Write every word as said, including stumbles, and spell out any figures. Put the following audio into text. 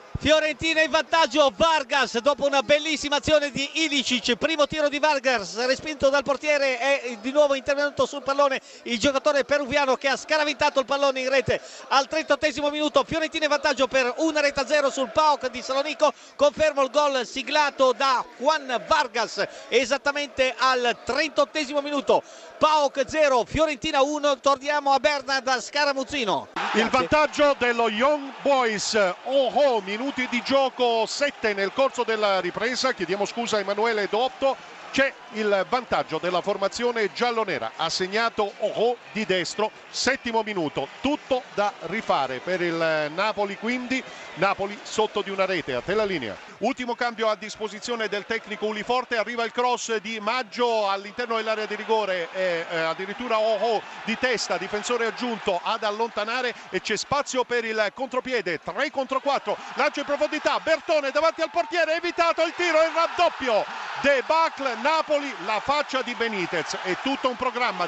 Fiorentina in vantaggio, Vargas dopo una bellissima azione di Ilicic, primo tiro di Vargas respinto dal portiere, è di nuovo intervenuto sul pallone il giocatore peruviano che ha scaravintato il pallone in rete al trentottesimo minuto. Fiorentina in vantaggio per una rete a zero sul PAOK di Salonico, confermo il gol siglato da Juan Vargas esattamente al trentottesimo minuto. PAOK zero, Fiorentina uno, torniamo a Bernard Scaramuzzino. Il vantaggio dello Young Boys, oh oh, minuti di gioco sette nel corso della ripresa, chiediamo scusa a Emanuele Dotto. C'è il vantaggio della formazione giallonera, ha segnato Oho di destro, settimo minuto, tutto da rifare per il Napoli, quindi Napoli sotto di una rete. A te la linea. Ultimo cambio a disposizione del tecnico Uliforte, arriva il cross di Maggio all'interno dell'area di rigore e eh, addirittura Oho di testa, difensore aggiunto ad allontanare e c'è spazio per il contropiede, tre contro quattro, lancio in profondità, Bertone davanti al portiere, evitato il tiro, il raddoppio, debacle Napoli, la faccia di Benitez, è tutto un programma.